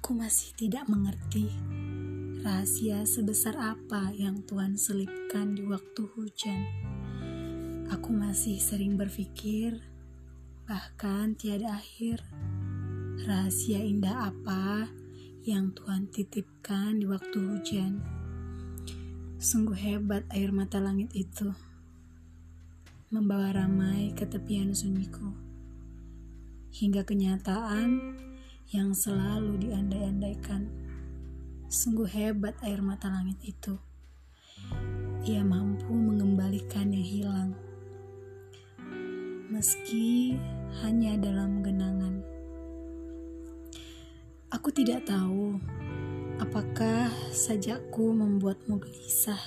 Aku masih tidak mengerti rahasia sebesar apa yang Tuhan selipkan di waktu hujan. Aku masih sering berpikir, bahkan tiada akhir, rahasia indah apa yang Tuhan titipkan di waktu hujan. Sungguh hebat air mata langit itu, membawa ramai ke tepian sunyiku, hingga kenyataan yang selalu diandai-andaikan. Sungguh hebat air mata langit itu. Ia mampu mengembalikan yang hilang, meski hanya dalam genangan. Aku tidak tahu apakah sajakku membuatmu gelisah,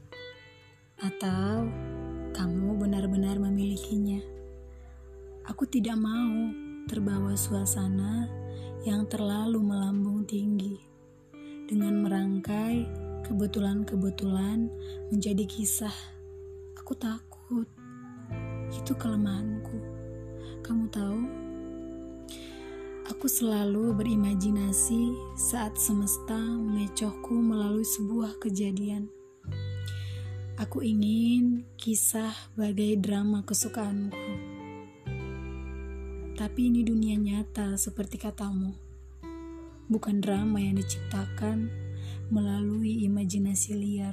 atau kamu benar-benar memilikinya. Aku tidak mau terbawa suasana yang terlalu melambung tinggi dengan merangkai kebetulan-kebetulan menjadi kisah. Aku takut. Itu kelemahanku. Kamu tahu? Aku selalu berimajinasi saat semesta mengecohku melalui sebuah kejadian. Aku ingin kisah bagai drama kesukaanku. Tapi ini dunia nyata seperti katamu. Bukan drama yang diciptakan melalui imajinasi liar.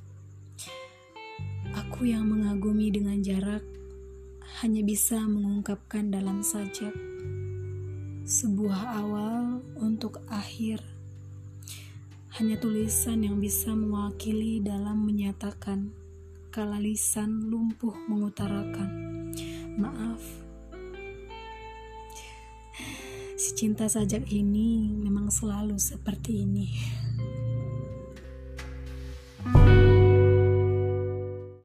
Aku yang mengagumi dengan jarak hanya bisa mengungkapkan dalam sajak sebuah awal untuk akhir. Hanya tulisan yang bisa mewakili dalam menyatakan kala lisan lumpuh mengutarakan maaf. Si cinta sajak ini memang selalu seperti ini.